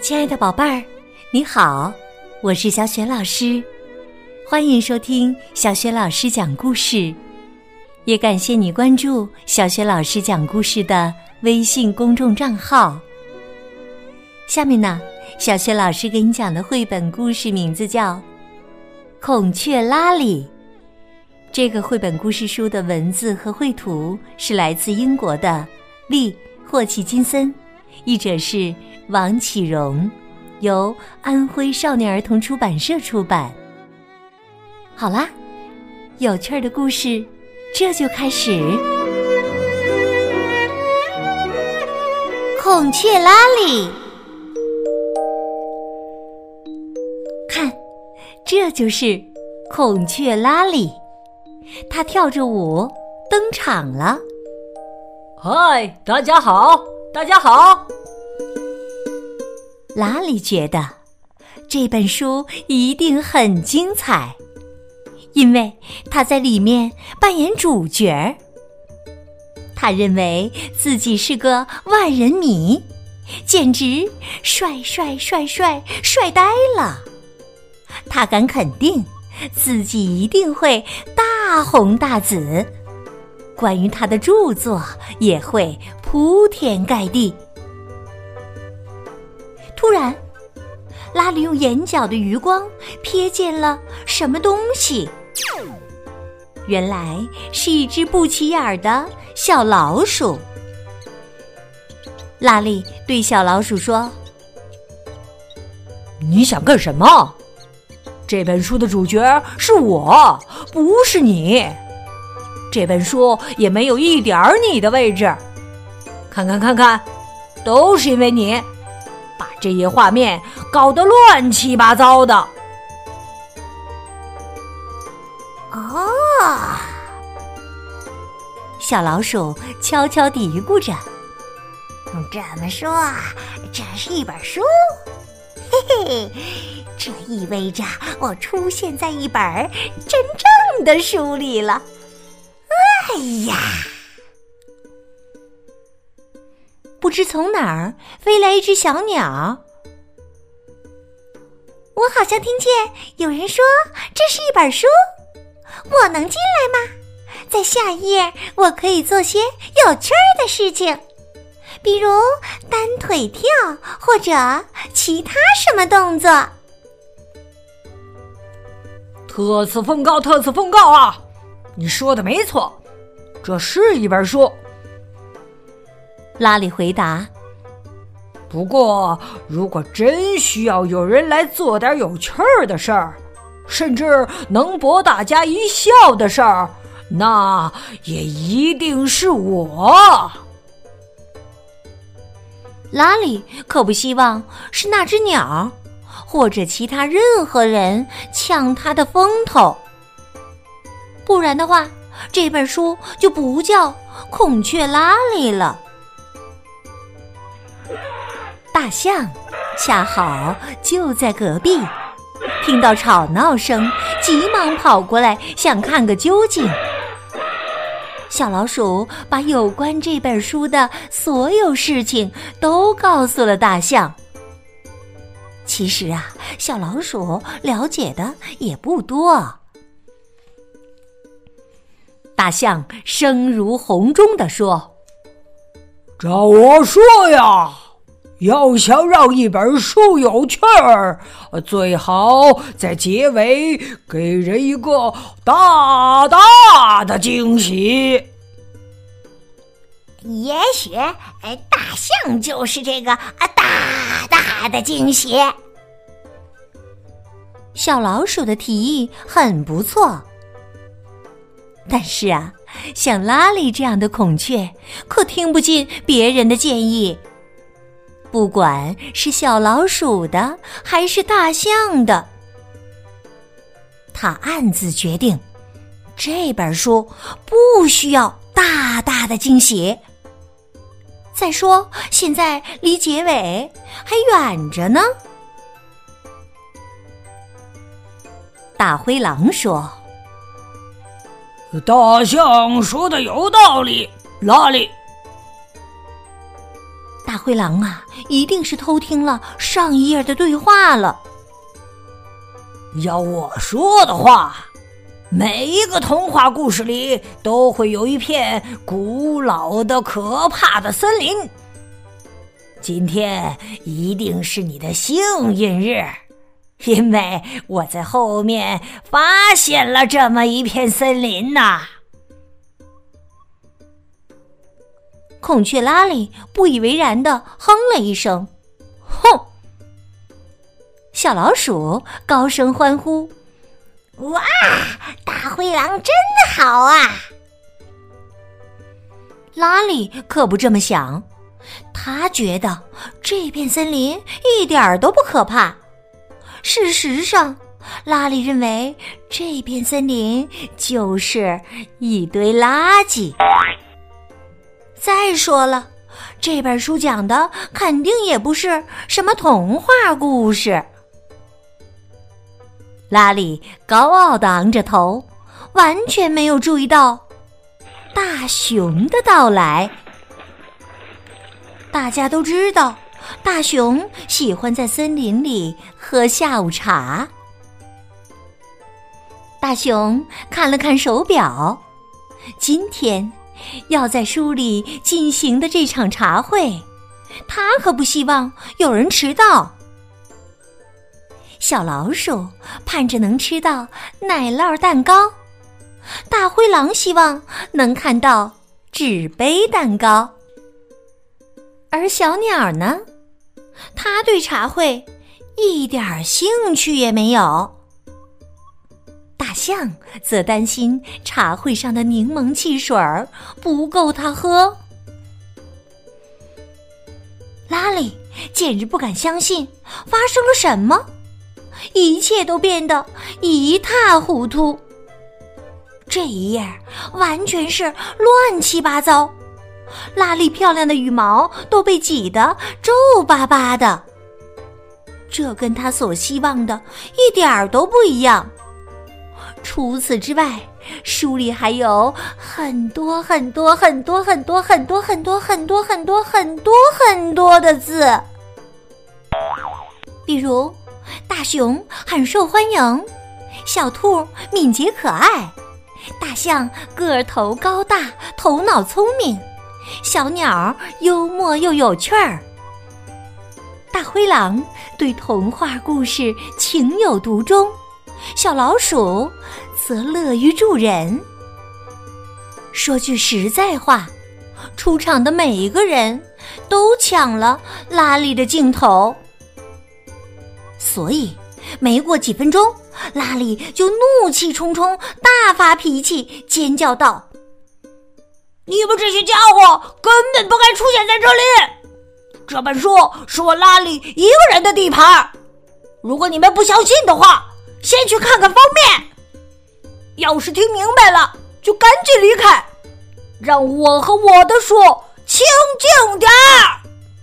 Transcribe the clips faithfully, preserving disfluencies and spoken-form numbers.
亲爱的宝贝儿，你好，我是小雪老师，欢迎收听小雪老师讲故事，也感谢你关注小雪老师讲故事的微信公众账号。下面呢，小雪老师给你讲的绘本故事名字叫《孔雀拉里》。这个绘本故事书的文字和绘图是来自英国的利·霍奇金森，译者是王启荣，由安徽少年儿童出版社出版。好啦，有趣儿的故事这就开始。孔雀拉里，看，这就是孔雀拉里，他跳着舞登场了。 嗨，大家好，大家好。 拉里觉得这本书一定很精彩，因为他在里面扮演主角。他认为自己是个万人迷，简直帅帅帅帅帅呆了。他敢肯定自己一定会大红大紫，关于他的著作也会铺天盖地。突然，拉里用眼角的余光瞥见了什么东西，原来是一只不起眼的小老鼠。拉里对小老鼠说： 你想干什么？这本书的主角是我，不是你。这本书也没有一点儿你的位置。看看看看，都是因为你把这页画面搞得乱七八糟的。 哦，小老鼠悄悄嘀咕着， 这么说，这是一本书，嘿嘿，这意味着我出现在一本真正的书里了。哎呀！ 不知从哪儿飞来一只小鸟。 我好像听见有人说这是一本书，我能进来吗？在下一页我可以做些有趣儿的事情，比如单腿跳或者其他什么动作。 特此奉告，特此奉告啊！你说的没错，这是一本书。 拉里回答。 不过，如果真需要有人来做点有趣儿的事儿，甚至能博大家一笑的事儿，那也一定是我。 拉里可不希望是那只鸟，或者其他任何人抢他的风头。不然的话，这本书就不叫孔雀拉里了。大象恰好就在隔壁，听到吵闹声，急忙跑过来想看个究竟。小老鼠把有关这本书的所有事情都告诉了大象。其实啊，小老鼠了解的也不多。大象声如洪钟地说： 照我说呀，要想让一本书有趣儿，最好在结尾给人一个大大的惊喜。 也许大象就是这个大大的惊喜。 小老鼠的提议很不错，但是啊，像拉里这样的孔雀可听不进别人的建议，不管是小老鼠的还是大象的。他暗自决定，这本书不需要大大的惊喜。再说，现在离结尾还远着呢。大灰狼说： 大象说的有道理，拉里。 大灰狼啊，一定是偷听了上一页的对话了。 要我说的话，每一个童话故事里都会有一片古老的可怕的森林。今天一定是你的幸运日，因为我在后面发现了这么一片森林呐。 孔雀拉里不以为然地哼了一声，哼！小老鼠高声欢呼： 哇，大灰狼真的好啊！ 拉里可不这么想，他觉得这片森林一点儿都不可怕。事实上，拉里认为这片森林就是一堆垃圾。再说了，这本书讲的肯定也不是什么童话故事。拉里高傲地昂着头，完全没有注意到大熊的到来。大家都知道，大熊喜欢在森林里喝下午茶。大熊看了看手表，今天要在书里进行的这场茶会，他可不希望有人迟到。小老鼠盼着能吃到奶酪蛋糕，大灰狼希望能看到纸杯蛋糕，而小鸟呢，它对茶会一点兴趣也没有。大象则担心茶会上的柠檬汽水不够它喝。拉里简直不敢相信发生了什么，一切都变得一塌糊涂。这一页完全是乱七八糟，拉里漂亮的羽毛都被挤得皱巴巴的，这跟他所希望的一点儿都不一样。除此之外，书里还有很多很多很多很多很多很多很多很多很多很多的字，比如大熊很受欢迎，小兔敏捷可爱，大象个头高大，头脑聪明，小鸟幽默又有趣儿，大灰狼对童话故事情有独钟，小老鼠则乐于助人。说句实在话，出场的每一个人都抢了拉里的镜头，所以没过几分钟，拉里就怒气冲冲，大发脾气，尖叫道：你们这些家伙根本不该出现在这里！这本书是我拉里一个人的地盘，如果你们不相信的话，先去看看封面。要是听明白了，就赶紧离开，让我和我的书清静点儿。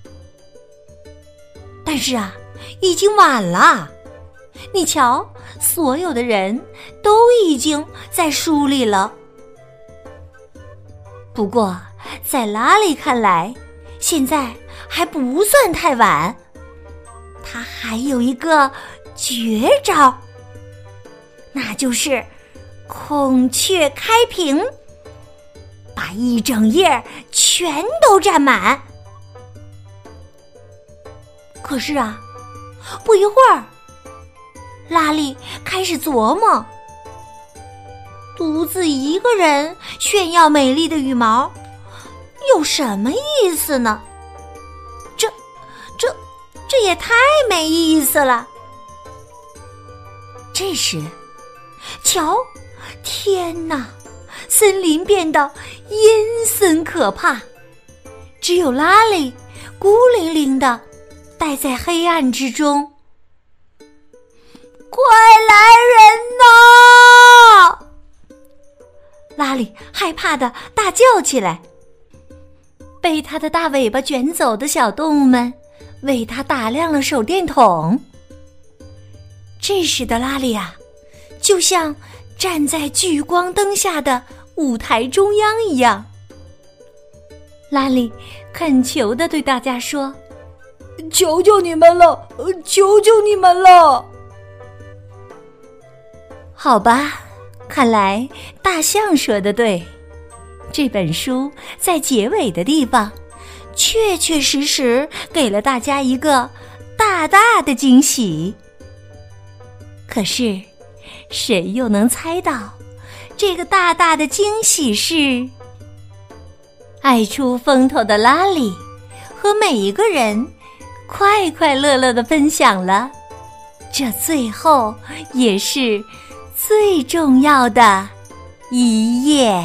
但是啊，已经晚了。你瞧，所有的人都已经在书里了。不过，在拉里看来，现在还不算太晚。他还有一个绝招，那就是孔雀开屏，把一整页全都占满。可是啊，不一会儿，拉里开始琢磨，独自一个人炫耀美丽的羽毛有什么意思呢？这这这也太没意思了。这时，瞧，天哪，森林变得阴森可怕，只有拉里孤零零地待在黑暗之中。快来人呐！拉里害怕地大叫起来。被他的大尾巴卷走的小动物们为他打亮了手电筒。这时的拉里啊，就像站在聚光灯下的舞台中央一样。拉里恳求地对大家说：“ 求求你们了，求求你们了！” 好吧，看来大象说的对，这本书在结尾的地方确确实实给了大家一个大大的惊喜。可是谁又能猜到这个大大的惊喜是爱出风头的拉里和每一个人快快乐乐地分享了这最后也是最重要的一页。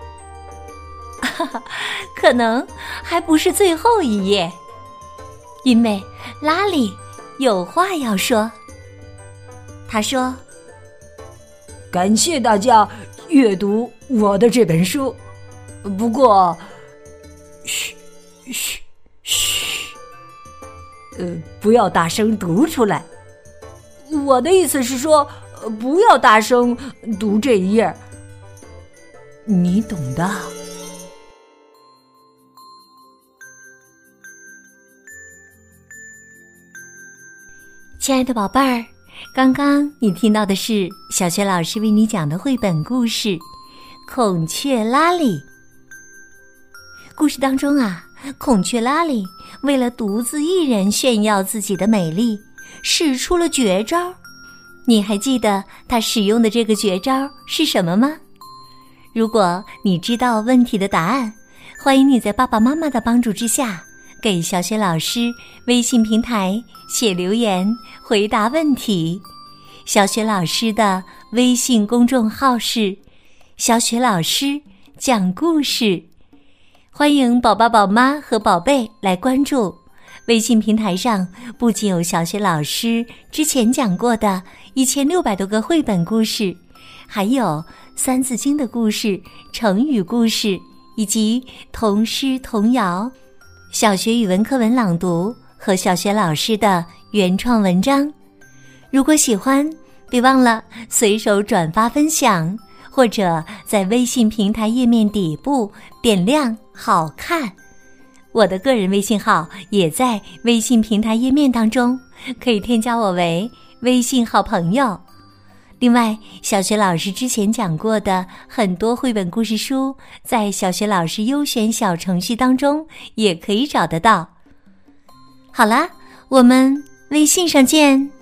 可能还不是最后一页，因为拉里有话要说。他说：“ 感谢大家阅读我的这本书，不过，嘘，嘘，嘘，呃，不要大声读出来。我的意思是说，不要大声读这一页，你懂的。” 亲爱的宝贝儿，刚刚你听到的是小学老师为你讲的绘本故事《孔雀拉里》。故事当中啊，孔雀拉里为了独自一人炫耀自己的美丽，使出了绝招。你还记得他使用的这个绝招是什么吗？如果你知道问题的答案，欢迎你在爸爸妈妈的帮助之下，给小雪老师微信平台写留言回答问题。小雪老师的微信公众号是小雪老师讲故事，欢迎宝宝宝妈和宝贝来关注。微信平台上不仅有小雪老师之前讲过的一千六百多个绘本故事，还有三字经的故事、成语故事以及童诗童谣、小学语文课文朗读和小学老师的原创文章。如果喜欢，别忘了随手转发分享，或者在微信平台页面底部点亮好看。我的个人微信号也在微信平台页面当中，可以添加我为微信好朋友。另外，小学老师之前讲过的很多绘本故事书，在小学老师优选小程序当中也可以找得到。好啦，我们微信上见。